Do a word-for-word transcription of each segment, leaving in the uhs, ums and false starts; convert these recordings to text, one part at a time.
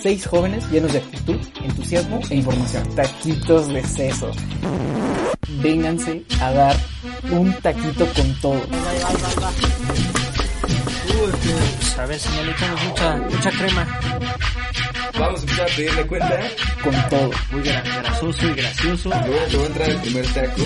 seis jóvenes llenos de actitud, entusiasmo e información. Taquitos de seso. Vénganse a dar un taquito con todo. Pues a ver si no le echamos mucha, mucha crema. Vamos a empezar a pedirle cuenta. Con todo. Muy gra- grasoso y gracioso. Luego te va a entrar el primer taco.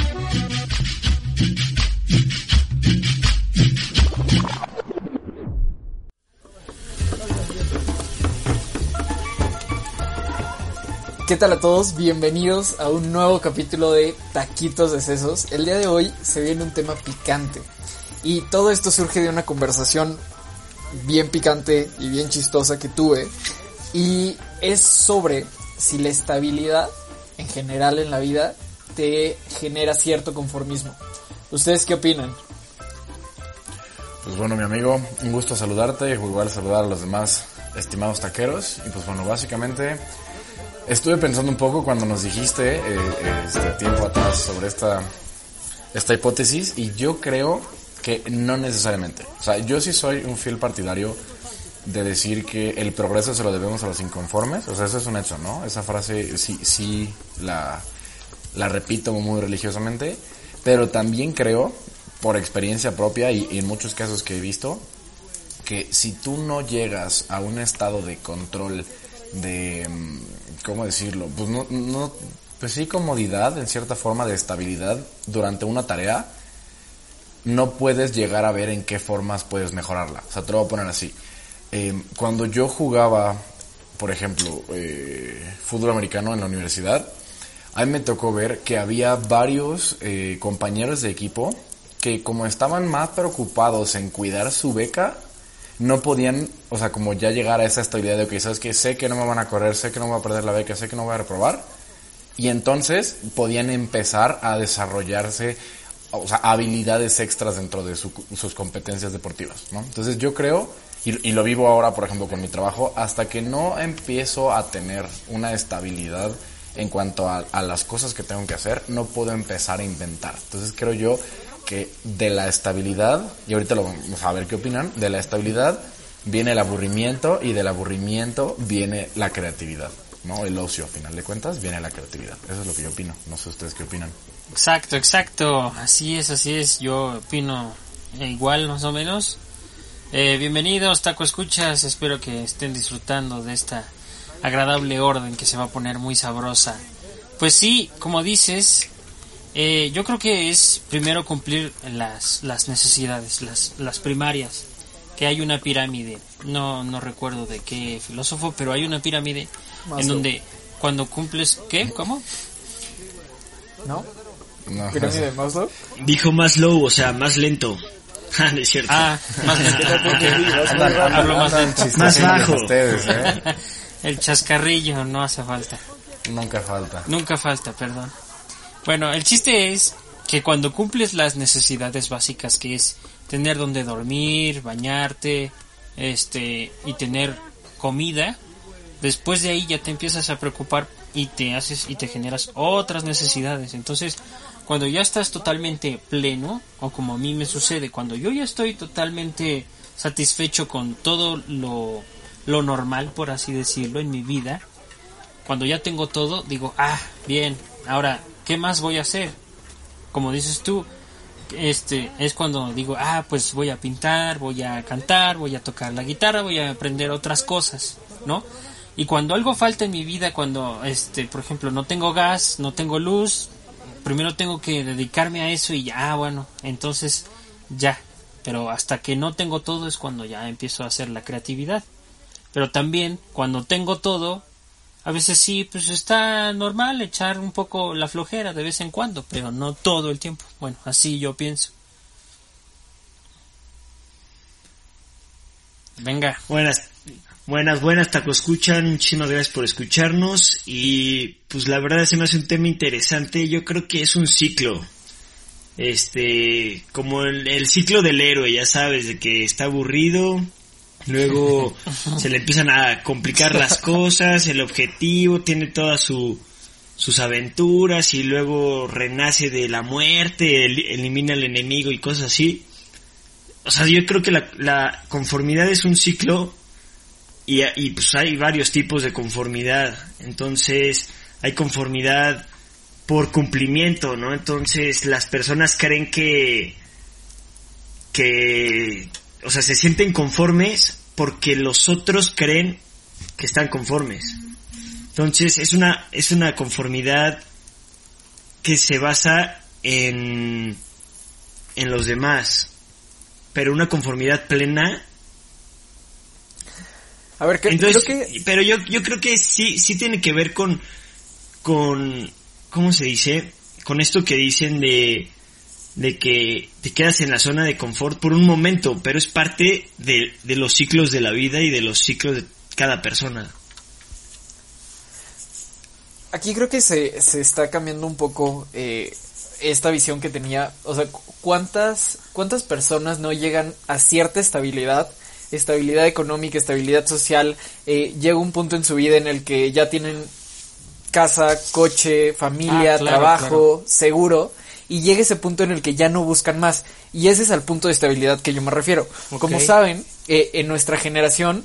¿Qué tal a todos? Bienvenidos a un nuevo capítulo de Taquitos de Sesos. El día de hoy se viene un tema picante y todo esto surge de una conversación bien picante y bien chistosa que tuve, y es sobre si la estabilidad en general en la vida te genera cierto conformismo. ¿Ustedes qué opinan? Pues bueno, mi amigo, un gusto saludarte, igual saludar a los demás estimados taqueros. Y pues bueno, básicamente estuve pensando un poco cuando nos dijiste eh, este tiempo atrás sobre esta esta hipótesis, y yo creo que no necesariamente. O sea, yo sí soy un fiel partidario de decir que el progreso se lo debemos a los inconformes. O sea, eso es un hecho, ¿no? Esa frase sí, sí la, la repito muy religiosamente, pero también creo, por experiencia propia y, y en muchos casos que he visto, que si tú no llegas a un estado de control, de, ¿cómo decirlo? Pues no, no, pues sí, comodidad, en cierta forma de estabilidad durante una tarea, no puedes llegar a ver en qué formas puedes mejorarla. O sea, te lo voy a poner así. Eh, cuando yo jugaba, por ejemplo, eh, fútbol americano en la universidad, a mí me tocó ver que había varios eh, compañeros de equipo que, como estaban más preocupados en cuidar su beca, no podían, o sea, como ya llegar a esa estabilidad de que, ¿sabes qué? Sé que no me van a correr, sé que no voy a perder la beca, sé que no voy a reprobar. Y entonces podían empezar a desarrollarse, o sea, habilidades extras dentro de su, sus competencias deportivas, ¿no? Entonces yo creo, y, y lo vivo ahora, por ejemplo, con mi trabajo, hasta que no empiezo a tener una estabilidad en cuanto a, a las cosas que tengo que hacer, no puedo empezar a inventar. Entonces creo yo que de la estabilidad, y ahorita lo vamos a ver qué opinan, de la estabilidad viene el aburrimiento, y del aburrimiento viene la creatividad, ¿no? El ocio, a final de cuentas, viene la creatividad. Eso es lo que yo opino. No sé ustedes qué opinan. Exacto, exacto. Así es, así es. Yo opino igual, más o menos. Eh, bienvenidos, Taco Escuchas. Espero que estén disfrutando de esta agradable orden que se va a poner muy sabrosa. Pues sí, como dices, eh, yo creo que es primero cumplir las las necesidades, las las primarias. Que hay una pirámide. No no recuerdo de qué filósofo, pero hay una pirámide Maslow, en donde cuando cumples, ¿qué? ¿Cómo? ¿No? No. ¿Pirámide de Maslow? Dijo más low, o sea, más lento. Ah, no es cierto. Ah, más lento. Hablo más lento. Más bajo. Ustedes, ¿eh? El chascarrillo no hace falta. Nunca falta. Nunca falta, perdón. Bueno, el chiste es que cuando cumples las necesidades básicas, que es tener donde dormir, bañarte, este, y tener comida, después de ahí ya te empiezas a preocupar y te haces y te generas otras necesidades. Entonces, cuando ya estás totalmente pleno, o como a mí me sucede, cuando yo ya estoy totalmente satisfecho con todo lo, lo normal, por así decirlo, en mi vida, cuando ya tengo todo, digo, ah, bien, ahora, ¿qué más voy a hacer? Como dices tú, este, es cuando digo, ah, pues voy a pintar, voy a cantar, voy a tocar la guitarra, voy a aprender otras cosas, ¿no? Y cuando algo falta en mi vida, cuando, este, por ejemplo, no tengo gas, no tengo luz, primero tengo que dedicarme a eso y ya, bueno, entonces ya. Pero hasta que no tengo todo es cuando ya empiezo a hacer la creatividad. Pero también, cuando tengo todo, a veces sí, pues está normal echar un poco la flojera de vez en cuando, pero no todo el tiempo. Bueno, así yo pienso. Venga. Buenas, buenas, buenas, Taco Escuchan. Muchísimas gracias por escucharnos. Y pues la verdad se me hace un tema interesante. Yo creo que es un ciclo. Este, como el, el ciclo del héroe, ya sabes, de que está aburrido. Luego se le empiezan a complicar las cosas, el objetivo, tiene todas su, sus aventuras y luego renace de la muerte, el, elimina al enemigo y cosas así. O sea, yo creo que la, la conformidad es un ciclo y, y pues hay varios tipos de conformidad. Entonces, hay conformidad por cumplimiento, ¿no? Entonces, las personas creen que, que, o sea, se sienten conformes porque los otros creen que están conformes. Entonces, es una, es una conformidad que se basa en, en los demás, pero una conformidad plena. A ver, que, Entonces, creo que... pero yo, yo creo que sí, sí tiene que ver con, con, ¿cómo se dice? Con esto que dicen de, de que te quedas en la zona de confort por un momento, pero es parte de, de los ciclos de la vida y de los ciclos de cada persona. Aquí creo que se, se está cambiando un poco eh, esta visión que tenía. O sea, ¿cuántas, cuántas personas no llegan a cierta estabilidad? Estabilidad económica, estabilidad social. Eh, llega un punto en su vida en el que ya tienen casa, coche, familia, Ah, claro, trabajo, claro. seguro. Y llega ese punto en el que ya no buscan más. Y ese es al punto de estabilidad que yo me refiero. Ok. Como saben, eh, en nuestra generación,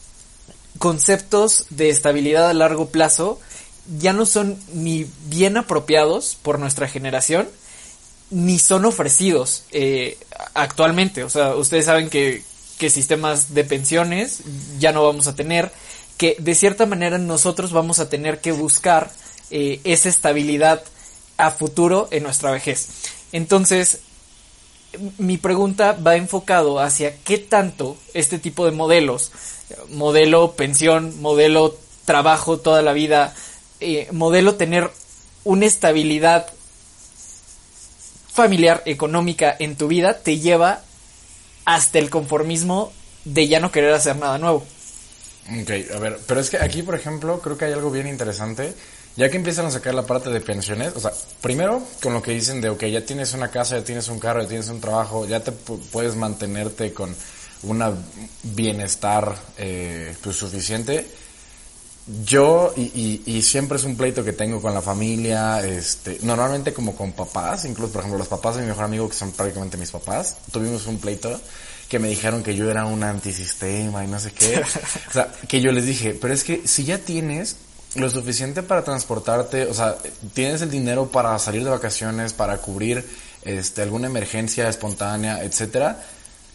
conceptos de estabilidad a largo plazo ya no son ni bien apropiados por nuestra generación, ni son ofrecidos eh, actualmente. O sea, ustedes saben que, que sistemas de pensiones ya no vamos a tener, que de cierta manera nosotros vamos a tener que buscar eh, esa estabilidad a futuro en nuestra vejez. Entonces, mi pregunta va enfocado hacia qué tanto este tipo de modelos, modelo pensión, modelo trabajo toda la vida, eh, modelo tener una estabilidad familiar, económica en tu vida, te lleva hasta el conformismo de ya no querer hacer nada nuevo. Ok, a ver, pero es que aquí, por ejemplo, creo que hay algo bien interesante, ya que empiezan a sacar la parte de pensiones. O sea, primero con lo que dicen de, ok, ya tienes una casa, ya tienes un carro, ya tienes un trabajo, ya te pu- puedes mantenerte con una bienestar eh, pues suficiente. Yo, y, y, y siempre es un pleito que tengo con la familia, este, normalmente como con papás, incluso por ejemplo los papás de mi mejor amigo, que son prácticamente mis papás, tuvimos un pleito que me dijeron que yo era un antisistema y no sé qué. O sea, que yo les dije, pero es que si ya tienes lo suficiente para transportarte, o sea, tienes el dinero para salir de vacaciones, para cubrir este alguna emergencia espontánea, etcétera.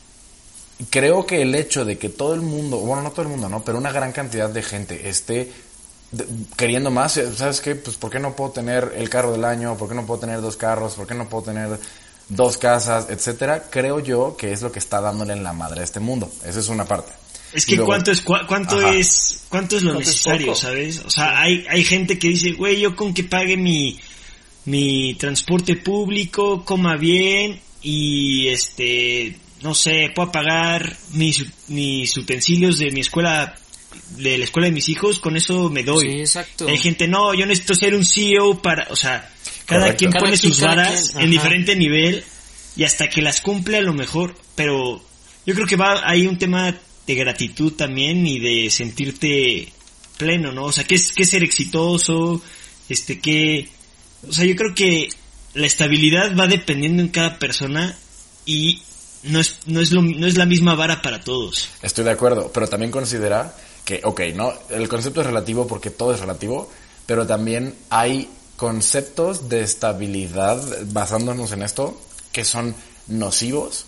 Creo que el hecho de que todo el mundo, bueno, no todo el mundo, ¿no? Pero una gran cantidad de gente esté de, queriendo más, ¿sabes qué? Pues, ¿por qué no puedo tener el carro del año? ¿Por qué no puedo tener dos carros? ¿Por qué no puedo tener dos casas? Etcétera. Creo yo que es lo que está dándole en la madre a este mundo. Esa es una parte. Es que luego, cuánto es cua- cuánto ajá. es cuánto es lo ¿Cuánto es necesario, poco? ¿sabes? O sea, hay hay gente que dice, "Güey, yo con que pague mi mi transporte público, coma bien y este, no sé, puedo pagar mis mis utensilios de mi escuela, de la escuela de mis hijos, con eso me doy." Sí, exacto. Hay gente, "No, yo necesito ser un C E O para", o sea, cada Correcto. quien Cada pone quien, sus cada varas quien, en ajá. diferente nivel y hasta que las cumple a lo mejor, pero yo creo que va hay un tema de gratitud también y de sentirte pleno, ¿no? O sea, ¿qué es, qué es ser exitoso? Este, qué... O sea, yo creo que la estabilidad va dependiendo en cada persona y no es, no es lo, no es la misma vara para todos. Estoy de acuerdo, pero también considera que, ok, ¿no? El concepto es relativo porque todo es relativo, pero también hay conceptos de estabilidad, basándonos en esto, que son nocivos,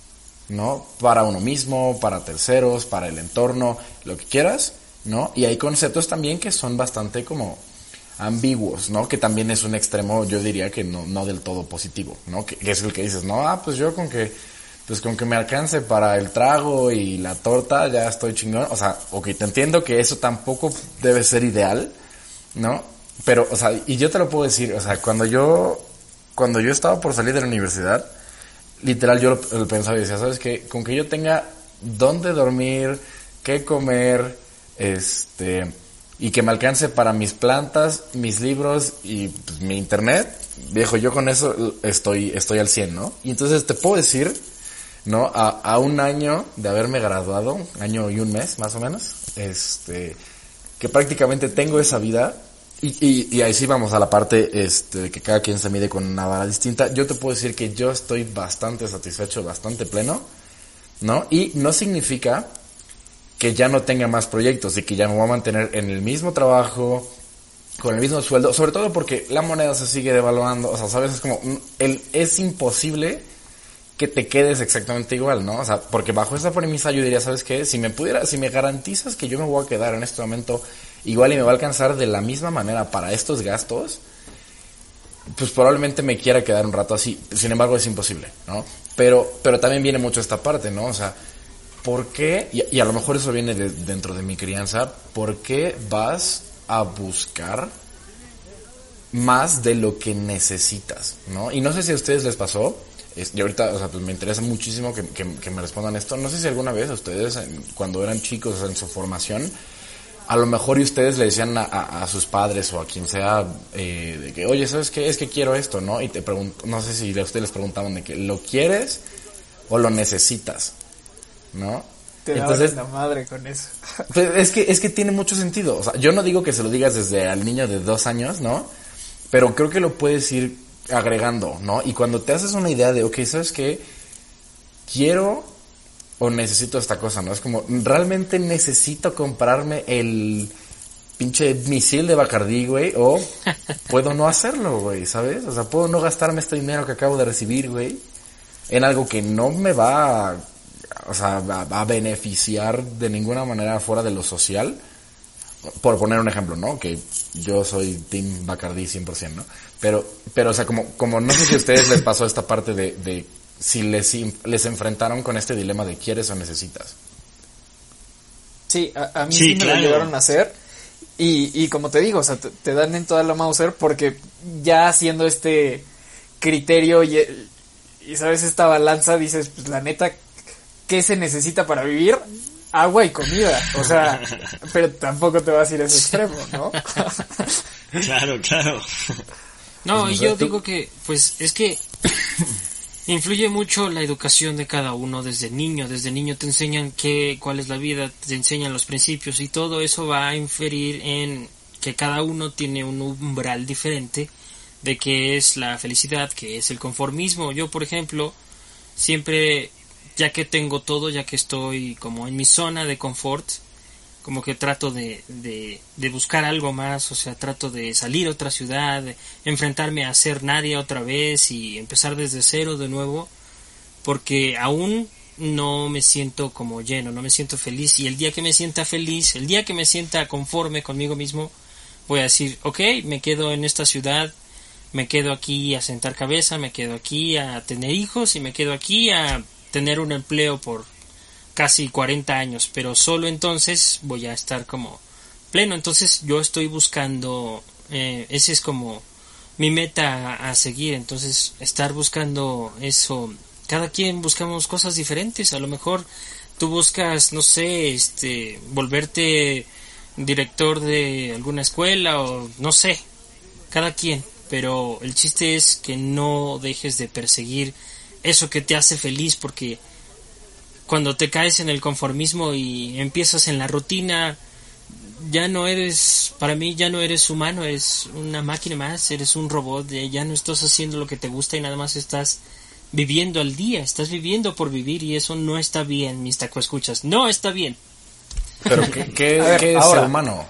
¿no? Para uno mismo, para terceros, para el entorno, lo que quieras, ¿no? Y hay conceptos también que son bastante como ambiguos, ¿no? Que también es un extremo, yo diría que no, no del todo positivo, ¿no? Que, que es el que dices, no, ah, pues yo con que, pues con que me alcance para el trago y la torta ya estoy chingón. O sea, ok, te entiendo que eso tampoco debe ser ideal, ¿no? Pero, o sea, y yo te lo puedo decir, o sea, cuando yo, cuando yo estaba por salir de la universidad, literal yo lo, lo pensaba y decía, ¿sabes qué? Con que yo tenga dónde dormir, qué comer, este, y que me alcance para mis plantas, mis libros y pues, mi internet, viejo, yo con eso estoy, estoy al cien, ¿no? Y entonces te puedo decir, ¿no? A, a un año de haberme graduado, año y un mes más o menos, este, que prácticamente tengo esa vida. Y, y, y ahí sí vamos a la parte este de que cada quien se mide con una vara distinta. Yo te puedo decir que yo estoy bastante satisfecho, bastante pleno, ¿no? Y no significa que ya no tenga más proyectos y que ya me voy a mantener en el mismo trabajo, con el mismo sueldo, sobre todo porque la moneda se sigue devaluando, o sea, sabes, es como, el, es imposible que te quedes exactamente igual, ¿no? O sea, porque bajo esa premisa yo diría, ¿sabes qué? Si me pudiera, si me garantizas que yo me voy a quedar en este momento igual y me va a alcanzar de la misma manera para estos gastos, pues probablemente me quiera quedar un rato así. Sin embargo, es imposible, ¿no? Pero, pero también viene mucho esta parte, ¿no? O sea, ¿por qué? Y, y a lo mejor eso viene de, dentro de mi crianza. ¿Por qué vas a buscar más de lo que necesitas, ¿no? Y no sé si a ustedes les pasó, es, y ahorita, o sea, pues me interesa muchísimo que, que, que me respondan esto. No sé si alguna vez a ustedes, cuando eran chicos, o sea, en su formación, a lo mejor y ustedes le decían a, a, a sus padres o a quien sea, eh, de que, oye, ¿sabes qué? Es que quiero esto, ¿no? Y te pregunto, no sé si a ustedes les preguntaban de que, ¿lo quieres o lo necesitas? ¿No? Te Entonces, la madre con eso. Pues es que, es que tiene mucho sentido. O sea, yo no digo que se lo digas desde al niño de dos años, ¿no? Pero creo que lo puedes ir agregando, ¿no? Y cuando te haces una idea de, ok, ¿sabes qué? Quiero o necesito esta cosa, ¿no? Es como, ¿realmente necesito comprarme el pinche misil de Bacardí, güey? O puedo no hacerlo, güey, ¿sabes? O sea, puedo no gastarme este dinero que acabo de recibir, güey, en algo que no me va a, o sea, a, a beneficiar de ninguna manera fuera de lo social. Por poner un ejemplo, ¿no? Que yo soy Team Bacardí cien por ciento, ¿no? Pero, pero, o sea, como, como no sé si a ustedes les pasó esta parte de, de si les, les enfrentaron con este dilema de quieres o necesitas. Sí, a, a mí Sí, sí me claro. lo llegaron a hacer. Y, y como te digo, o sea, te, te dan en toda la Mauser porque ya haciendo este criterio y, y sabes, esta balanza, dices, pues la neta, ¿qué se necesita para vivir? Agua y comida, o sea, pero tampoco te vas a ir a ese extremo, ¿no? Claro, claro. No, Pues, y no sé, yo tú- digo que, pues, es que influye mucho la educación de cada uno desde niño. Desde niño te enseñan qué, cuál es la vida, te enseñan los principios y todo eso va a inferir en que cada uno tiene un umbral diferente de qué es la felicidad, qué es el conformismo. Yo, por ejemplo, siempre, ya que tengo todo, ya que estoy como en mi zona de confort, como que trato de, de, de buscar algo más, o sea, trato de salir a otra ciudad, de enfrentarme a ser nadie otra vez y empezar desde cero de nuevo, porque aún no me siento como lleno, no me siento feliz, y el día que me sienta feliz, el día que me sienta conforme conmigo mismo, voy a decir, ok, me quedo en esta ciudad, me quedo aquí a sentar cabeza, me quedo aquí a tener hijos y me quedo aquí a tener un empleo por casi cuarenta años, pero solo entonces voy a estar como pleno. Entonces yo estoy buscando, eh, ese es como mi meta a, a seguir, entonces estar buscando eso. Cada quien buscamos cosas diferentes, a lo mejor tú buscas, no sé, este, volverte director de alguna escuela o no sé, cada quien, pero el chiste es que no dejes de perseguir eso que te hace feliz, porque cuando te caes en el conformismo y empiezas en la rutina, ya no eres, para mí ya no eres humano, eres una máquina más, eres un robot, ya no estás haciendo lo que te gusta y nada más estás viviendo al día, estás viviendo por vivir y eso no está bien, mis tacoescuchas, no está bien. Pero ¿qué, qué, A ver, qué es ahora. ser humano?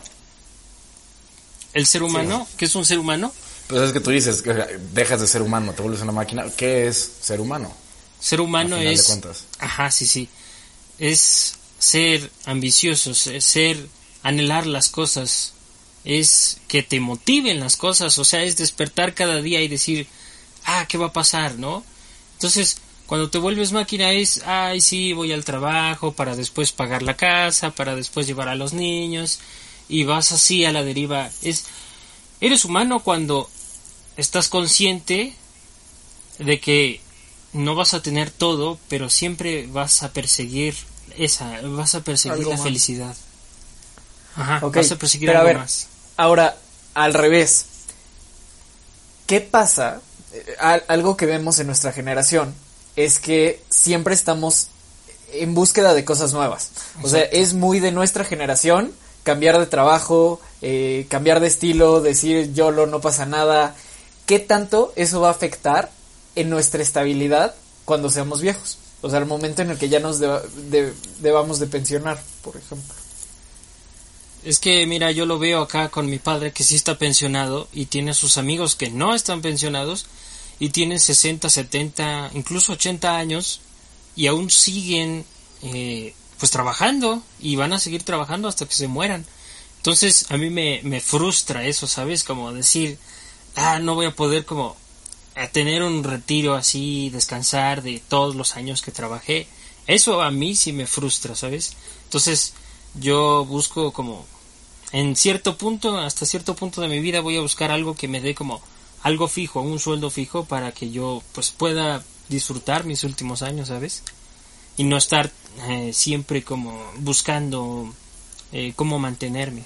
El ser humano, ¿qué es un ser humano? Pues es que tú dices, que dejas de ser humano, te vuelves una máquina. ¿Qué es ser humano? Ser humano A final de es, cuentas. ajá, sí, sí, es ser ambiciosos, es ser, anhelar las cosas, es que te motiven las cosas, o sea, es despertar cada día y decir, ah, ¿qué va a pasar, no? Entonces, cuando te vuelves máquina es, ay, sí, voy al trabajo para después pagar la casa, para después llevar a los niños, y vas así a la deriva. Es, eres humano cuando estás consciente de que no vas a tener todo, pero siempre vas a perseguir esa, vas a perseguir Algo la más. felicidad. Ajá, Ok, vas a perseguir pero a algo ver, más. ahora, al revés. ¿Qué pasa? Eh, al- algo que vemos en nuestra generación es que siempre estamos en búsqueda de cosas nuevas. O sea, es muy de nuestra generación cambiar de trabajo, eh, cambiar de estilo, decir YOLO, no pasa nada. ¿Qué tanto eso va a afectar en nuestra estabilidad cuando seamos viejos? O sea, el momento en el que ya nos deba, de, debamos de pensionar, por ejemplo. Es que, mira, yo lo veo acá con mi padre que sí está pensionado y tiene sus amigos que no están pensionados y tienen sesenta, setenta, incluso ochenta años y aún siguen eh, pues trabajando y van a seguir trabajando hasta que se mueran. Entonces a mí me, me frustra eso, ¿sabes? Como decir, ah, no voy a poder como a tener un retiro así, descansar de todos los años que trabajé. Eso a mí sí me frustra, ¿sabes? Entonces yo busco como en cierto punto, hasta cierto punto de mi vida voy a buscar algo que me dé como algo fijo, un sueldo fijo para que yo pues pueda disfrutar mis últimos años, ¿sabes? Y no estar eh, siempre como buscando eh, cómo mantenerme.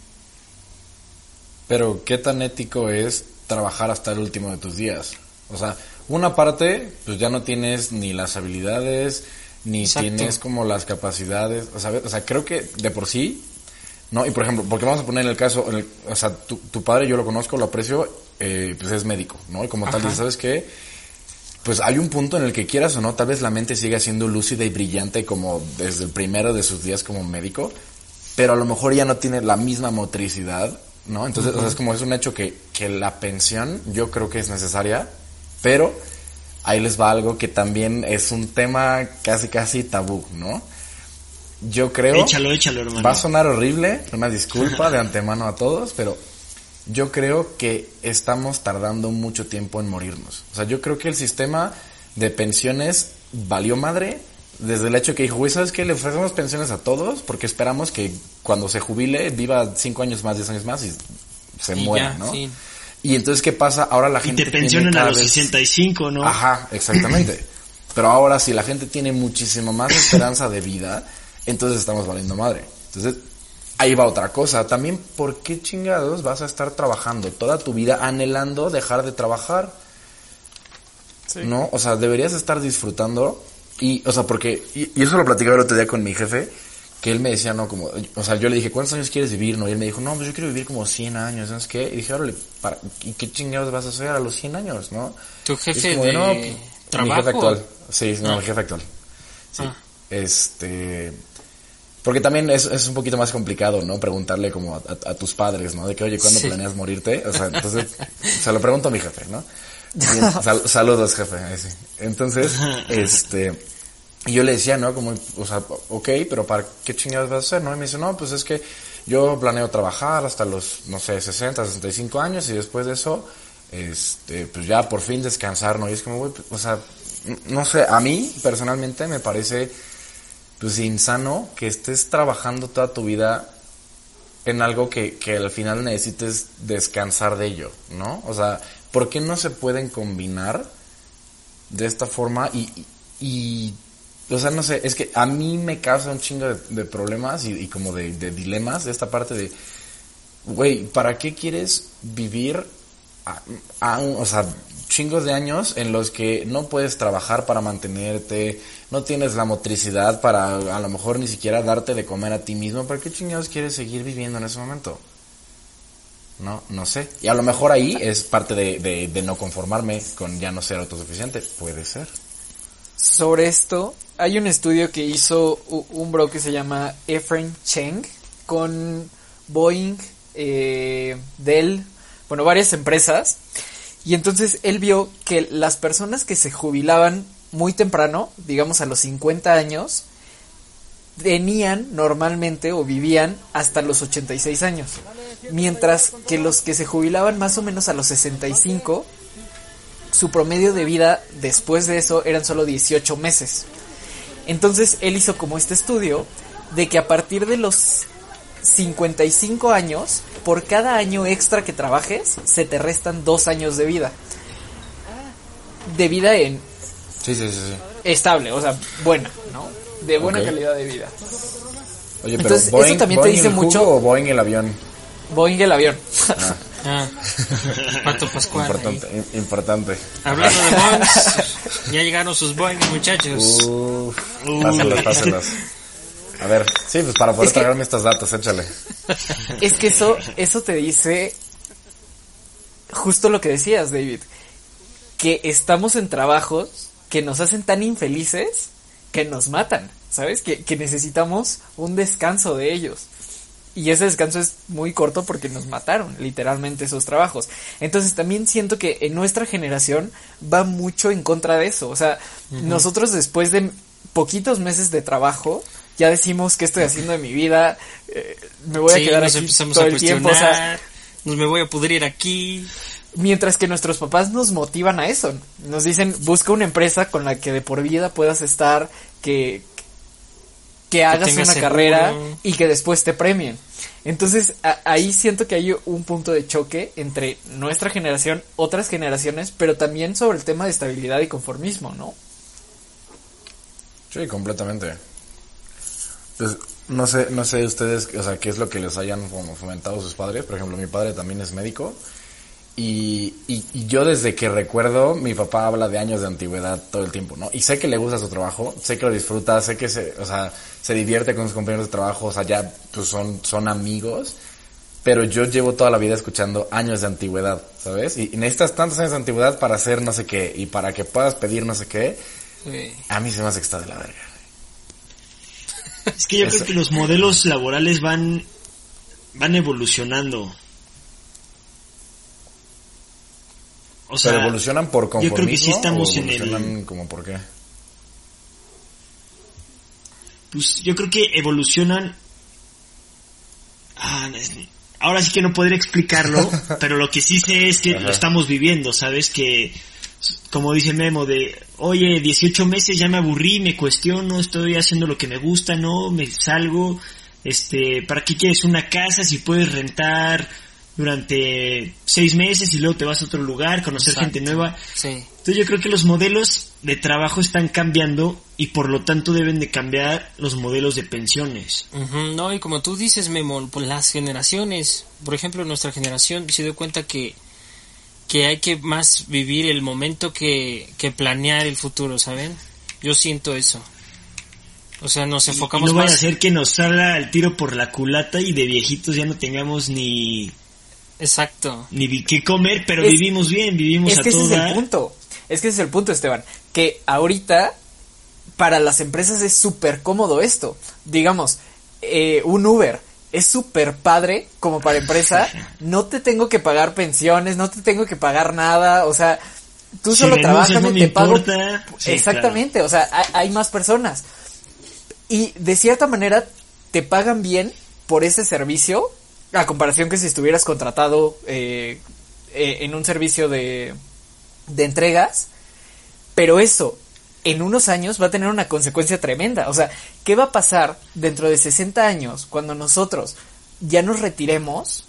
Pero ¿qué tan ético es trabajar hasta el último de tus días? O sea, una parte, pues ya no tienes ni las habilidades, ni Exacto. tienes como las capacidades, o sea, o sea, creo que de por sí, ¿no? Y por ejemplo, porque vamos a poner el caso, el, o sea, tu, tu padre yo lo conozco, lo aprecio, eh, pues es médico, ¿no? Y como Ajá. tal, dices, ¿sabes qué? Pues hay un punto en el que quieras o no, tal vez la mente siga siendo lúcida y brillante como desde el primero de sus días como médico, pero a lo mejor ya no tiene la misma motricidad, ¿no? Entonces, uh-huh. o sea, es como es un hecho que, que la pensión yo creo que es necesaria, pero ahí les va algo que también es un tema casi casi tabú, ¿no? Yo creo... Échalo, échalo, hermano. Va a sonar horrible, una disculpa de antemano a todos, pero yo creo que estamos tardando mucho tiempo en morirnos. O sea, yo creo que el sistema de pensiones valió madre desde el hecho que dijo, güey, ¿sabes qué? Le ofrecemos pensiones a todos porque esperamos que cuando se jubile viva cinco años más, diez años más y se y muera, ya, ¿no? Sí. Y entonces, ¿qué pasa? Ahora la gente y te pensionan a los vez... sesenta y cinco, ¿no? Ajá, exactamente. Pero ahora si la gente tiene muchísimo más esperanza de vida, entonces estamos valiendo madre. Entonces, ahí va otra cosa. También, ¿por qué chingados vas a estar trabajando toda tu vida anhelando dejar de trabajar? Sí. ¿No? O sea, deberías estar disfrutando. Y, o sea, porque, y, y eso lo platicaba el otro día con mi jefe, que él me decía, no, como, o sea, yo le dije, ¿cuántos años quieres vivir? No, y él me dijo, no, pues yo quiero vivir como cien años, ¿sabes qué? Y dije, órale, para, ¿y qué chingados vas a hacer a los cien años, no? ¿Tu jefe como, de no, pues, trabajo? Mi jefe actual. Sí, no, ah. mi jefe actual. Sí. Ah. Este... Porque también es, es un poquito más complicado, ¿no? Preguntarle como a, a, a tus padres, ¿no? De que, oye, ¿cuándo sí. planeas morirte? O sea, entonces, se lo pregunto a mi jefe, ¿no? Bien, sal, saludos, jefe. Sí. Entonces, este, y yo le decía, ¿no? Como, o sea, ok, pero ¿para qué chingados vas a hacer, no? Y me dice, no, pues es que yo planeo trabajar hasta los, no sé, sesenta, sesenta y cinco años y después de eso, este, pues ya por fin descansar, ¿no? Y es como, güey, o sea, no sé, a mí, personalmente, me parece... pues insano que estés trabajando toda tu vida en algo que, que al final necesites descansar de ello, ¿no? O sea, ¿por qué no se pueden combinar de esta forma? Y, y, y o sea, no sé, es que a mí me causa un chingo de, de problemas y, y como de, de dilemas de esta parte de, güey, ¿para qué quieres vivir a, a un, o sea, chingos de años en los que no puedes trabajar para mantenerte, no tienes la motricidad para a lo mejor ni siquiera darte de comer a ti mismo? ¿Para qué chingados quieres seguir viviendo en ese momento? No, no sé. Y a lo mejor ahí es parte de, de, de no conformarme con ya no ser autosuficiente. Puede ser. Sobre esto, hay un estudio que hizo un bro que se llama Efrain Cheng con Boeing, eh, Dell, bueno, varias empresas. Y entonces él vio que las personas que se jubilaban muy temprano, digamos a los cincuenta años, tenían normalmente o vivían hasta los ochenta y seis años. Mientras que los que se jubilaban más o menos a los sesenta y cinco, su promedio de vida después de eso eran solo dieciocho meses. Entonces él hizo como este estudio de que a partir de los cincuenta y cinco años, por cada año extra que trabajes, se te restan dos años de vida. De vida en... Sí, sí, sí, sí. Estable, o sea, buena, ¿no? De buena okay. calidad de vida. Oye, pero entonces, Boeing, eso también Boeing te dice el jugo mucho... ¿O Boeing el avión? Boeing el avión. Ah. Ah, Pato Pascual. Importante, ahí. importante. Hablando de Boeings, ya llegaron sus Boeing, muchachos. Uf, uh, pásenlos, pásenlos. A ver, sí, pues para poder es tragarme que, estos datos, échale. Es que eso, eso te dice justo lo que decías, David, que estamos en trabajos que nos hacen tan infelices que nos matan, ¿sabes? Que, que necesitamos un descanso de ellos. Y ese descanso es muy corto porque nos mataron, literalmente, esos trabajos. Entonces también siento que en nuestra generación va mucho en contra de eso. O sea, uh-huh. nosotros después de poquitos meses de trabajo, ya decimos qué estoy haciendo de mi vida, eh, me voy sí, a quedar nos aquí empezamos todo a el tiempo. O sea, nos me voy a pudrir aquí. Mientras que nuestros papás nos motivan a eso. Nos dicen, busca una empresa con la que de por vida puedas estar, que... que hagas que una seguro. carrera y que después te premien. Entonces, a, ahí siento que hay un punto de choque entre nuestra generación, otras generaciones, pero también sobre el tema de estabilidad y conformismo, ¿no? Sí, completamente. Pues, no sé, no sé ustedes, o sea, qué es lo que les hayan fomentado sus padres. Por ejemplo, mi padre también es médico. Y, y, y yo desde que recuerdo, mi papá habla de años de antigüedad todo el tiempo, ¿no? Y sé que le gusta su trabajo, sé que lo disfruta, sé que se, o sea, se divierte con sus compañeros de trabajo, o sea, ya pues son, son amigos, pero yo llevo toda la vida escuchando años de antigüedad, ¿sabes? Y, y necesitas tantos años de antigüedad para hacer no sé qué, y para que puedas pedir no sé qué, sí. A mí se me hace que está de la verga. Es que yo creo que los modelos laborales van, van evolucionando. O sea, ¿pero evolucionan por conformismo? Yo creo que sí estamos ¿o evolucionan en el... como por qué? Pues yo creo que evolucionan... Ah, ahora sí que no podría explicarlo, pero lo que sí sé es que Ajá. lo estamos viviendo, ¿sabes? Que, como dice Memo, de, oye, dieciocho meses ya me aburrí, me cuestiono, estoy haciendo lo que me gusta, ¿no? Me salgo, este, ¿para qué quieres una casa si puedes rentar durante seis meses y luego te vas a otro lugar, conocer Exacto. gente nueva? Sí. Entonces yo creo que los modelos de trabajo están cambiando y por lo tanto deben de cambiar los modelos de pensiones. Uh-huh. No, y como tú dices, Memo, pues las generaciones, por ejemplo, nuestra generación se dio cuenta que que hay que más vivir el momento que, que planear el futuro, ¿saben? Yo siento eso. O sea, nos enfocamos y no más... vaya a ser que nos salga el tiro por la culata y de viejitos ya no tengamos ni... Exacto. Ni qué comer, pero es, vivimos bien, vivimos es a que todo ese dar. Es el punto. Es que ese es el punto, Esteban. Que ahorita, para las empresas es súper cómodo esto. Digamos, eh, un Uber es súper padre como para empresa. No te tengo que pagar pensiones, no te tengo que pagar nada. O sea, tú si solo trabajas no y me te pago. Sí, Exactamente, claro. O sea, hay, hay más personas. Y de cierta manera te pagan bien por ese servicio, a comparación que si estuvieras contratado eh, eh, en un servicio de, de entregas, pero eso en unos años va a tener una consecuencia tremenda. O sea, ¿qué va a pasar dentro de sesenta años cuando nosotros ya nos retiremos?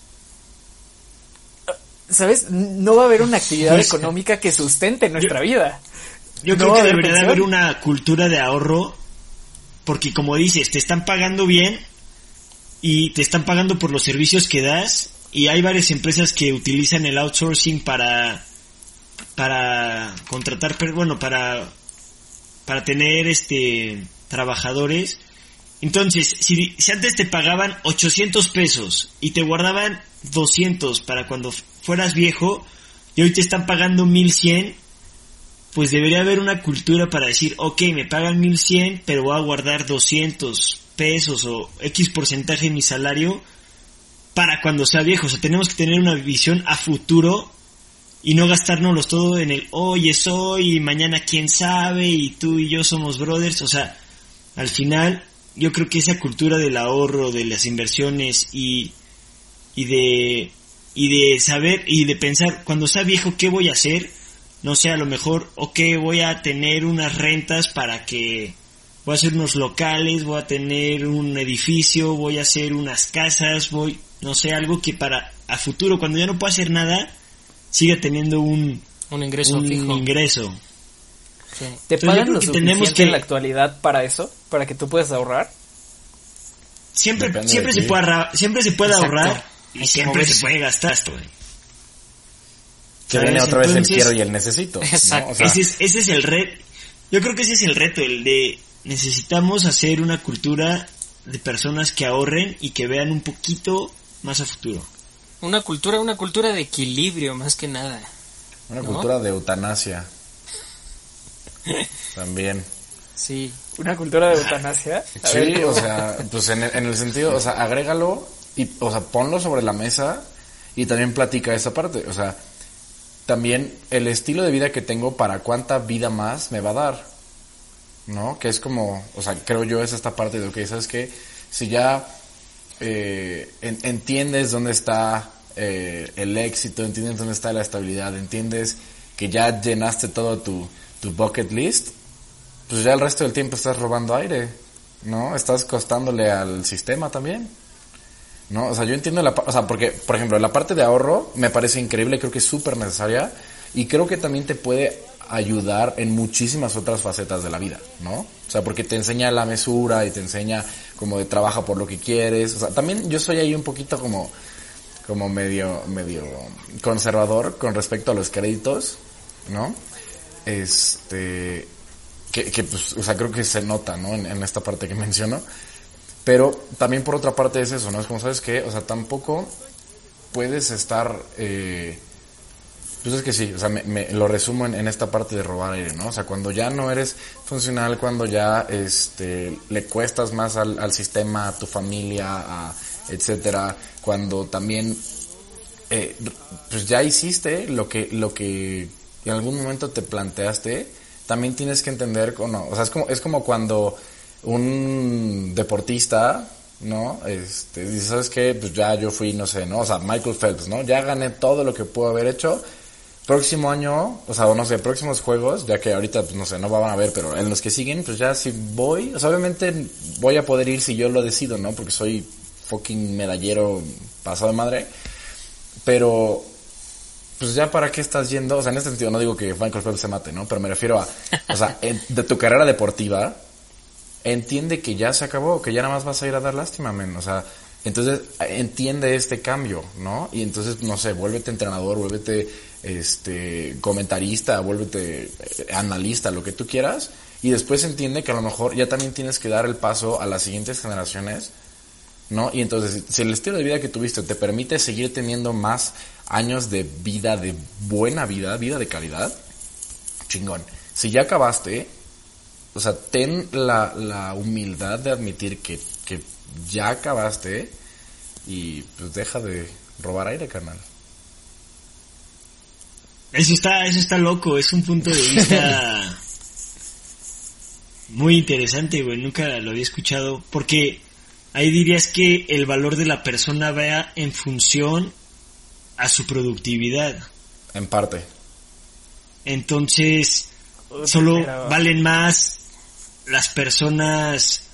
¿Sabes? No va a haber una actividad pues, económica que sustente nuestra yo, vida. Yo no creo que debería pensión. haber una cultura de ahorro, porque como dices, te están pagando bien y te están pagando por los servicios que das, y hay varias empresas que utilizan el outsourcing para para contratar, bueno, para para tener este trabajadores. Entonces, si, si antes te pagaban ochocientos pesos y te guardaban doscientos para cuando fueras viejo, y hoy te están pagando mil cien, pues debería haber una cultura para decir, ok, me pagan mil cien, pero voy a guardar doscientos pesos o X porcentaje de mi salario para cuando sea viejo. O sea, tenemos que tener una visión a futuro y no gastárnoslos todo en el hoy es hoy y mañana quién sabe y tú y yo somos brothers. O sea, al final yo creo que esa cultura del ahorro, de las inversiones y y de y de saber y de pensar cuando sea viejo qué voy a hacer, no sé, a lo mejor ok, voy a tener unas rentas para que voy a hacer unos locales, voy a tener un edificio, voy a hacer unas casas, voy, no sé, algo que para a futuro cuando ya no pueda hacer nada siga teniendo un un ingreso un fijo. ingreso. Sí. ¿Te Entonces, pagan lo que tenemos que en la actualidad para eso, para que tú puedas ahorrar? Siempre Depende siempre se puede ahorrar, siempre se puede Exacto. ahorrar y siempre se puede gastar esto. Que viene otra vez el quiero y el necesito. Exacto. ¿no? O sea, ese es ese es el reto. Yo creo que ese es el reto, el de necesitamos hacer una cultura de personas que ahorren y que vean un poquito más a futuro. Una cultura, una cultura de equilibrio más que nada. Una ¿no? cultura de eutanasia. También. Sí. ¿Una cultura de eutanasia? A Sí, ver, ¿cómo? o sea, pues en el, en el sentido, o sea, agrégalo y, o sea, ponlo sobre la mesa y también platica esa parte. O sea, también el estilo de vida que tengo, para cuánta vida más me va a dar, ¿no? Que es como, o sea, creo yo es esta parte de, ok, ¿sabes qué? Si ya eh, en, entiendes dónde está eh, el éxito, entiendes dónde está la estabilidad, entiendes que ya llenaste todo tu, tu bucket list, pues ya el resto del tiempo estás robando aire, ¿no? Estás costándole al sistema también, ¿no? O sea, yo entiendo la, o sea, porque, por ejemplo, la parte de ahorro me parece increíble, creo que es súper necesaria y creo que también te puede ayudar en muchísimas otras facetas de la vida, ¿no? O sea, porque te enseña la mesura y te enseña como de trabaja por lo que quieres. O sea, también yo soy ahí un poquito como, como medio, medio conservador con respecto a los créditos, ¿no? Este, que, que pues, o sea, creo que se nota, ¿no? En, en esta parte que menciono. Pero también por otra parte es eso, ¿no? Es como, ¿sabes qué? O sea, tampoco puedes estar, eh, pues es que sí, o sea, me, me lo resumo en, en esta parte de robar aire, ¿no? O sea, cuando ya no eres funcional, cuando ya, este, le cuestas más al, al sistema, a tu familia, a, etcétera, cuando también, eh, pues ya hiciste lo que, lo que en algún momento te planteaste, también tienes que entender, o no, o sea, es como, es como cuando un deportista, ¿no? Este, dice, ¿sabes qué? Pues ya yo fui, no sé, ¿no? O sea, Michael Phelps, ¿no? Ya gané todo lo que puedo haber hecho. Próximo año, o sea, o no sé, próximos juegos, ya que ahorita, pues no sé, no van a ver, pero en los que siguen, pues ya si voy, o sea, obviamente voy a poder ir si yo lo decido, ¿no? Porque soy fucking medallero pasado de madre. Pero, pues ya para qué estás yendo, o sea, en este sentido no digo que Michael Phelps se mate, ¿no? Pero me refiero a, o sea, en, de tu carrera deportiva, entiende que ya se acabó, que ya nada más vas a ir a dar lástima, men, o sea, entonces entiende este cambio, ¿no? Y entonces, no sé, vuélvete entrenador, vuélvete este comentarista, vuélvete analista, lo que tú quieras, y después entiende que a lo mejor ya también tienes que dar el paso a las siguientes generaciones, ¿no? Y entonces, si el estilo de vida que tuviste te permite seguir teniendo más años de vida, de buena vida, vida de calidad, chingón. Si ya acabaste, o sea, ten la, la humildad de admitir que, que ya acabaste y pues deja de robar aire, carnal. Eso está, eso está loco, es un punto de vista muy interesante, güey, nunca lo había escuchado, porque ahí dirías que el valor de la persona va en función a su productividad. En parte. Entonces, solo Pero... valen más las personas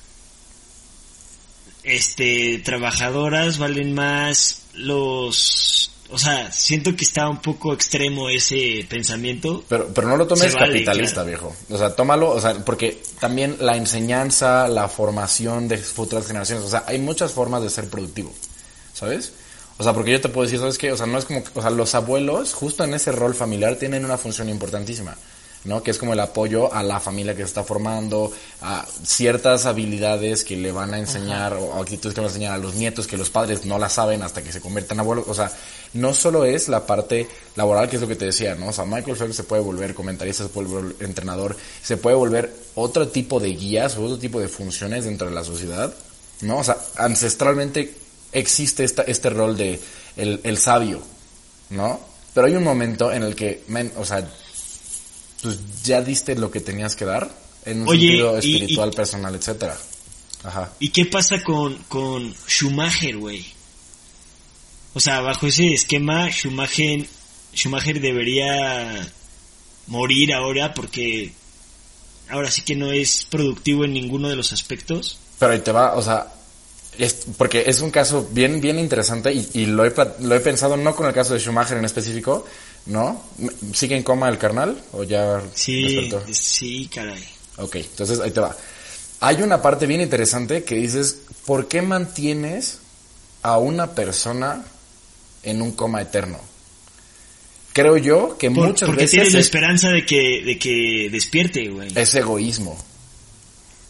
este trabajadoras, valen más los, o sea, siento que está un poco extremo ese pensamiento. Pero pero no lo tomes Se vale, capitalista, claro. viejo. O sea, tómalo, o sea, porque también la enseñanza, la formación de futuras generaciones, o sea, hay muchas formas de ser productivo, ¿sabes? O sea, porque yo te puedo decir, ¿sabes qué? O sea, no es como, o sea, los abuelos, justo en ese rol familiar, tienen una función importantísima, ¿no? Que es como el apoyo a la familia que se está formando, a ciertas habilidades que le van a enseñar, Ajá. o actitudes que van a enseñar a los nietos, que los padres no las saben hasta que se conviertan en abuelos. O sea, no solo es la parte laboral, que es lo que te decía, ¿no? O sea, Michael Phelps se puede volver comentarista, se puede volver entrenador, se puede volver otro tipo de guías, o otro tipo de funciones dentro de la sociedad, ¿no? O sea, ancestralmente existe esta, este rol de el, el sabio, ¿no? Pero hay un momento en el que, men, o sea, pues ya diste lo que tenías que dar en un Oye, sentido y, espiritual, y, personal, etcétera. Ajá. ¿Y qué pasa con, con Schumacher, güey? O sea, bajo ese esquema, Schumacher, Schumacher debería morir ahora porque ahora sí que no es productivo en ninguno de los aspectos. Pero ahí te va, o sea, es, porque es un caso bien bien interesante y, y lo, he, lo he pensado no con el caso de Schumacher en específico, ¿no? ¿Sigue en coma el carnal o ya sí, despertó? Sí, caray. Ok, entonces ahí te va. Hay una parte bien interesante que dices, ¿por qué mantienes a una persona en un coma eterno? Creo yo que Por, muchas porque veces... Porque tienes la es, esperanza de que, de que despierte, güey. Es egoísmo.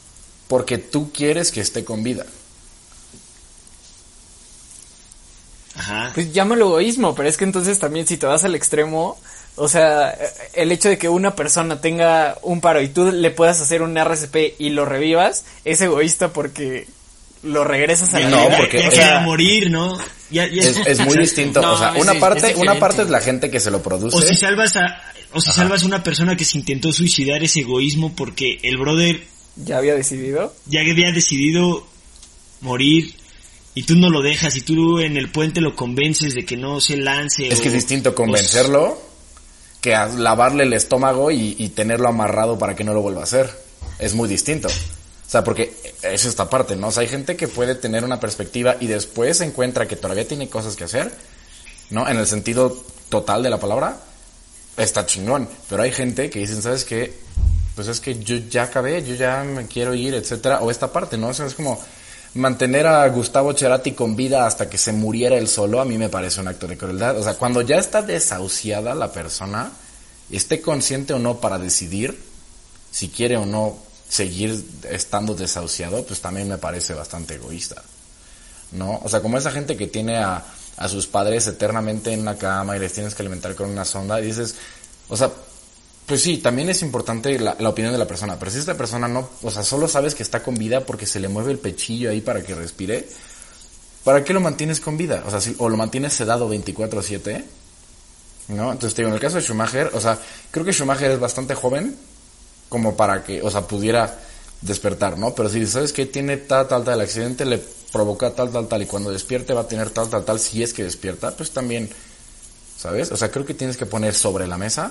Porque tú quieres que esté con vida. Ajá. Pues llámalo egoísmo, pero es que entonces también si te vas al extremo, o sea, el hecho de que una persona tenga un paro y tú le puedas hacer un R C P y lo revivas, es egoísta porque lo regresas a la No, vida. porque, ya o quería sea, morir, ¿no? Ya, ya Es, es muy distinto, No, o sea, es- una es parte, una diferente. parte es la gente que se lo produce. O si salvas a, o si Ajá. salvas a una persona que se intentó suicidar, es egoísmo porque el brother Ya había decidido. ya había decidido morir y tú no lo dejas y tú en el puente lo convences de que no se lance. Es o- que es distinto o- convencerlo que a lavarle el estómago y, y tenerlo amarrado para que no lo vuelva a hacer. Es muy distinto. O sea, porque es esta parte, ¿no? O sea, hay gente que puede tener una perspectiva y después se encuentra que todavía tiene cosas que hacer, ¿no? En el sentido total de la palabra, está chingón. Pero hay gente que dicen, ¿sabes qué? Pues es que yo ya acabé, yo ya me quiero ir, etcétera. O esta parte, ¿no? O sea, es como mantener a Gustavo Cerati con vida hasta que se muriera él solo, a mí me parece un acto de crueldad. O sea, cuando ya está desahuciada la persona, esté consciente o no para decidir si quiere o no seguir estando desahuciado, pues también me parece bastante egoísta, ¿no? O sea, como esa gente que tiene a, a sus padres eternamente en una cama y les tienes que alimentar con una sonda y dices, o sea, pues sí, también es importante la, la opinión de la persona, pero si esta persona no, o sea, solo sabes que está con vida porque se le mueve el pechillo ahí para que respire, ¿para qué lo mantienes con vida? O sea, si, o lo mantienes sedado veinticuatro siete, ¿no? Entonces te digo, en el caso de Schumacher, o sea, creo que Schumacher es bastante joven como para que, o sea, pudiera despertar, ¿no? Pero si sabes que tiene tal, tal, tal, el accidente le provoca tal, tal, tal, y cuando despierte va a tener tal, tal, tal, si es que despierta, pues también, ¿sabes? O sea, creo que tienes que poner sobre la mesa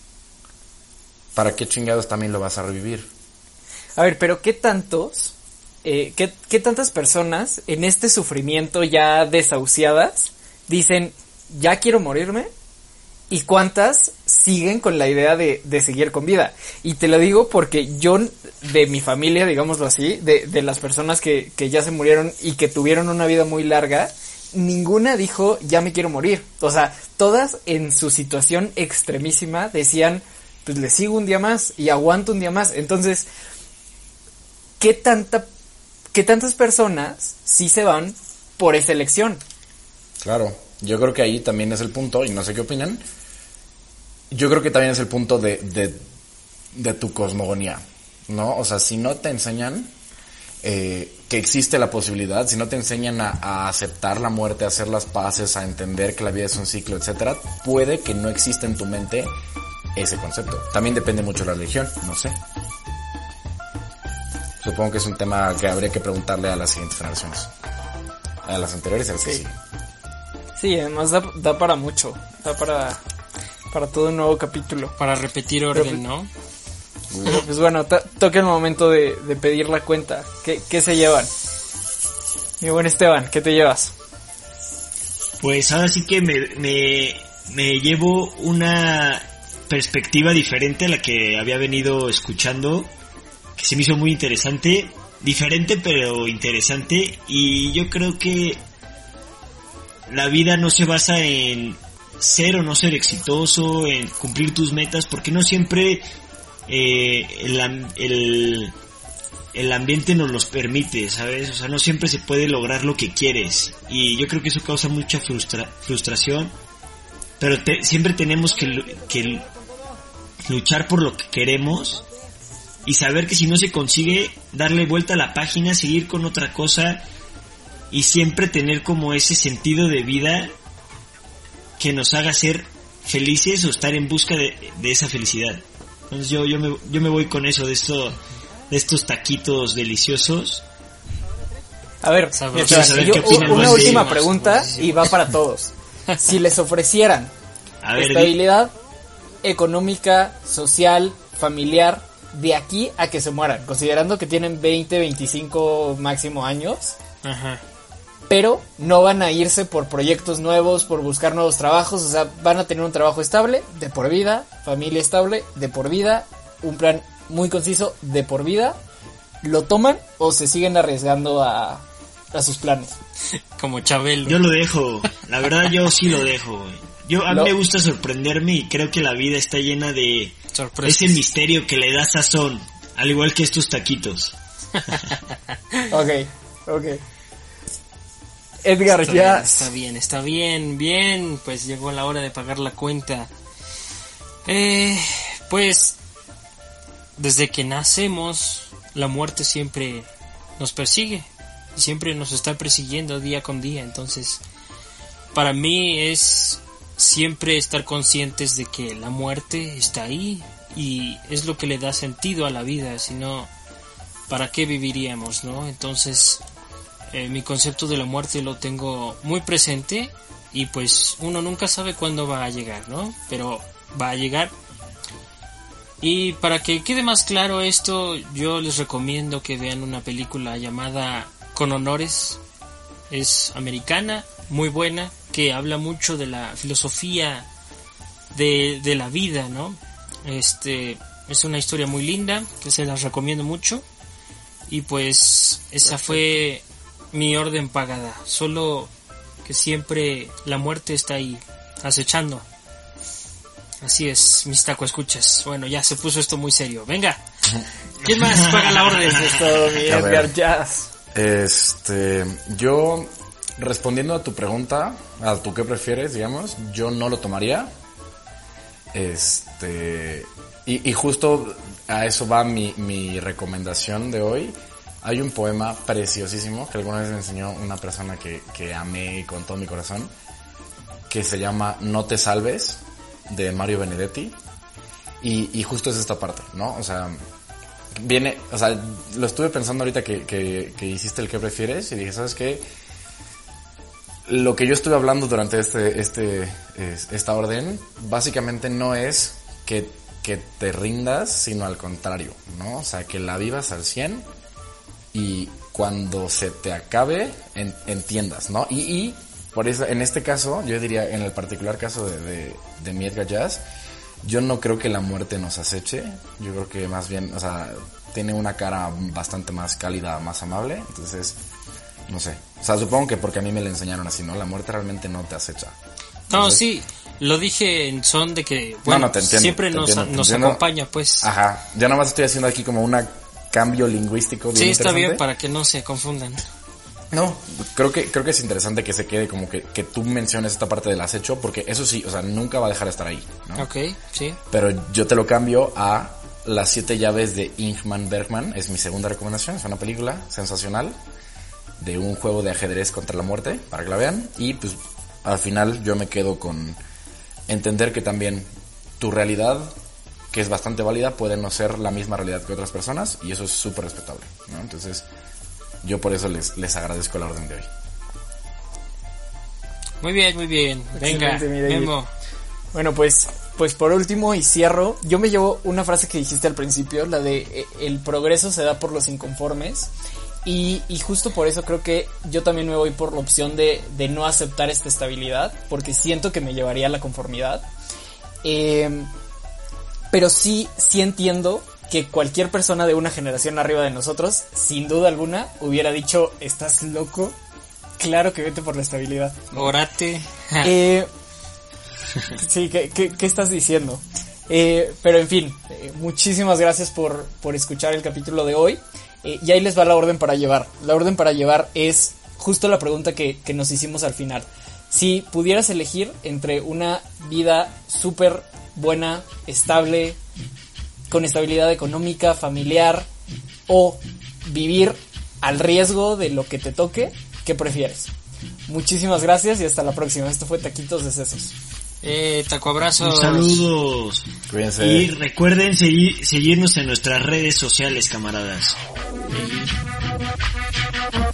para qué chingados también lo vas a revivir. A ver, pero ¿qué tantos, eh, qué, qué tantas personas en este sufrimiento ya desahuciadas dicen, ya quiero morirme? ¿Y cuántas siguen con la idea de, de seguir con vida? Y te lo digo porque yo, de mi familia, digámoslo así, de, de las personas que, que ya se murieron y que tuvieron una vida muy larga, ninguna dijo, ya me quiero morir. O sea, todas en su situación extremísima decían, pues le sigo un día más y aguanto un día más. Entonces, ¿qué tanta, qué tantas personas sí se van por esa elección? Claro, yo creo que ahí también es el punto, y no sé qué opinan, yo creo que también es el punto de, de, de tu cosmogonía, ¿no? O sea, si no te enseñan eh, que existe la posibilidad, si no te enseñan a, a aceptar la muerte, a hacer las paces, a entender que la vida es un ciclo, etcétera, puede que no exista en tu mente ese concepto. También depende mucho de la religión, no sé. Supongo que es un tema que habría que preguntarle a las siguientes generaciones. A las anteriores y a las que Sí. siguen. Sí, además da, da para mucho, da para, para todo un nuevo capítulo. Para repetir orden, ¿no? Pero, pues bueno, to- toca el momento de, de pedir la cuenta. ¿Qué, qué se llevan? Mi buen Esteban, ¿qué te llevas? Pues ahora sí que me, me, me llevo una perspectiva diferente a la que había venido escuchando, que se me hizo muy interesante, diferente pero interesante, y yo creo que la vida no se basa en ser o no ser exitoso, en cumplir tus metas, porque no siempre eh, el, am- el, el ambiente nos los permite, ¿sabes? O sea, no siempre se puede lograr lo que quieres, y yo creo que eso causa mucha frustra- frustración, pero te- siempre tenemos que, lu- que luchar por lo que queremos y saber que si no se consigue, darle vuelta a la página, seguir con otra cosa y siempre tener como ese sentido de vida que nos haga ser felices o estar en busca de, de esa felicidad. Entonces yo, yo, me, yo me voy con eso, de, esto, de estos taquitos deliciosos. A ver, Sabroso. Esteban, Saber yo- qué opinan una más de última ellos. pregunta y va para todos. Si les ofrecieran A ver, di- estabilidad económica, social, familiar, de aquí a que se mueran, considerando que tienen veinte, veinticinco máximo años, Ajá. pero no van a irse por proyectos nuevos, por buscar nuevos trabajos, o sea, van a tener un trabajo estable, de por vida, familia estable, de por vida, un plan muy conciso, de por vida, ¿lo toman o se siguen arriesgando a, a sus planes? Como Chabelo. yo lo dejo, la verdad yo sí lo dejo, güey. Yo, a mí ¿No? me gusta sorprenderme y creo que la vida está llena de Sorpresas. ese misterio que le da sazón, al igual que estos taquitos. Ok, ok. Edgar Está ya. bien, está bien, está bien, bien. Pues llegó la hora de pagar la cuenta. Eh, pues desde que nacemos, la muerte siempre nos persigue. Siempre nos está persiguiendo día con día. Entonces, para mí es siempre estar conscientes de que la muerte está ahí y es lo que le da sentido a la vida. Si no, ¿para qué viviríamos, no? Entonces, eh, mi concepto de la muerte lo tengo muy presente y pues uno nunca sabe cuándo va a llegar, ¿no? Pero va a llegar. Y para que quede más claro esto, yo les recomiendo que vean una película llamada Con Honores. Es americana, muy buena, que habla mucho de la filosofía de, de la vida, ¿no? Este, es una historia muy linda, que se las recomiendo mucho. Y pues esa fue mi orden pagada. Solo que siempre la muerte está ahí, acechando. Así es, mis taco escuchas. Bueno, ya se puso esto muy serio. Venga, ¿quién más paga la orden? Es todo mi A Edgar ver. Jazz. Este, yo, respondiendo a tu pregunta, a tu qué prefieres, digamos, yo no lo tomaría. Este, y, y justo a eso va mi, mi recomendación de hoy. Hay un poema preciosísimo que alguna vez me enseñó una persona que, que amé con todo mi corazón, que se llama No te salves, de Mario Benedetti. Y, y justo es esta parte, ¿no? O sea, viene, o sea, lo estuve pensando ahorita que, que, que hiciste el que prefieres y dije, ¿sabes qué? Lo que yo estuve hablando durante este, este, es- esta orden, básicamente no es que, que te rindas, sino al contrario, ¿no? O sea, que la vivas al cien y cuando se te acabe, en- entiendas, ¿no? Y, y por eso, en este caso, yo diría, en el particular caso de, de, de mi Edgar Jazz, yo no creo que la muerte nos aceche. Yo creo que más bien, o sea, tiene una cara bastante más cálida, más amable. Entonces, no sé. O sea, supongo que porque a mí me la enseñaron así, ¿no? La muerte realmente no te acecha. No, Entonces, sí, lo dije en son de que, bueno, no, te entiendo, siempre te nos, entiendo, te nos entiendo. acompaña, pues. Ajá. Yo nada más estoy haciendo aquí como un cambio lingüístico bien Sí, está bien, interesante. para que no se confundan. No, creo que creo que es interesante que se quede como que, que tú menciones esta parte del acecho, porque eso sí, o sea, nunca va a dejar de estar ahí, ¿no? Ok, sí. Pero yo te lo cambio a Las siete llaves de Ingmar Bergman. Es mi segunda recomendación. Es una película sensacional de un juego de ajedrez contra la muerte, para que la vean. Y pues al final yo me quedo con entender que también tu realidad, que es bastante válida, puede no ser la misma realidad que otras personas, y eso es súper respetable, ¿no? Entonces yo por eso les, les agradezco la orden de hoy. Muy bien, muy bien. Venga, Excelente, mi David. Memo. Bueno, pues, pues por último y cierro, yo me llevo una frase que dijiste al principio, la de eh, el progreso se da por los inconformes, y, y justo por eso creo que yo también me voy por la opción de, de no aceptar esta estabilidad, porque siento que me llevaría a la conformidad. Eh, pero sí, sí entiendo que cualquier persona de una generación arriba de nosotros, sin duda alguna, hubiera dicho, ¿estás loco? Claro que vete por la estabilidad. Orate. Eh, sí, ¿qué, qué, qué estás diciendo? Eh, pero en fin, eh, muchísimas gracias por, por escuchar el capítulo de hoy. Eh, y ahí les va la orden para llevar. La orden para llevar es justo la pregunta que, que nos hicimos al final. Si pudieras elegir entre una vida súper buena, estable, con estabilidad económica, familiar, o vivir al riesgo de lo que te toque, ¿qué prefieres? Muchísimas gracias y hasta la próxima. Esto fue Taquitos de Sesos. Eh, taco abrazos. Saludos. Cuídense. Y recuerden seguir, seguirnos en nuestras redes sociales, camaradas. Eh,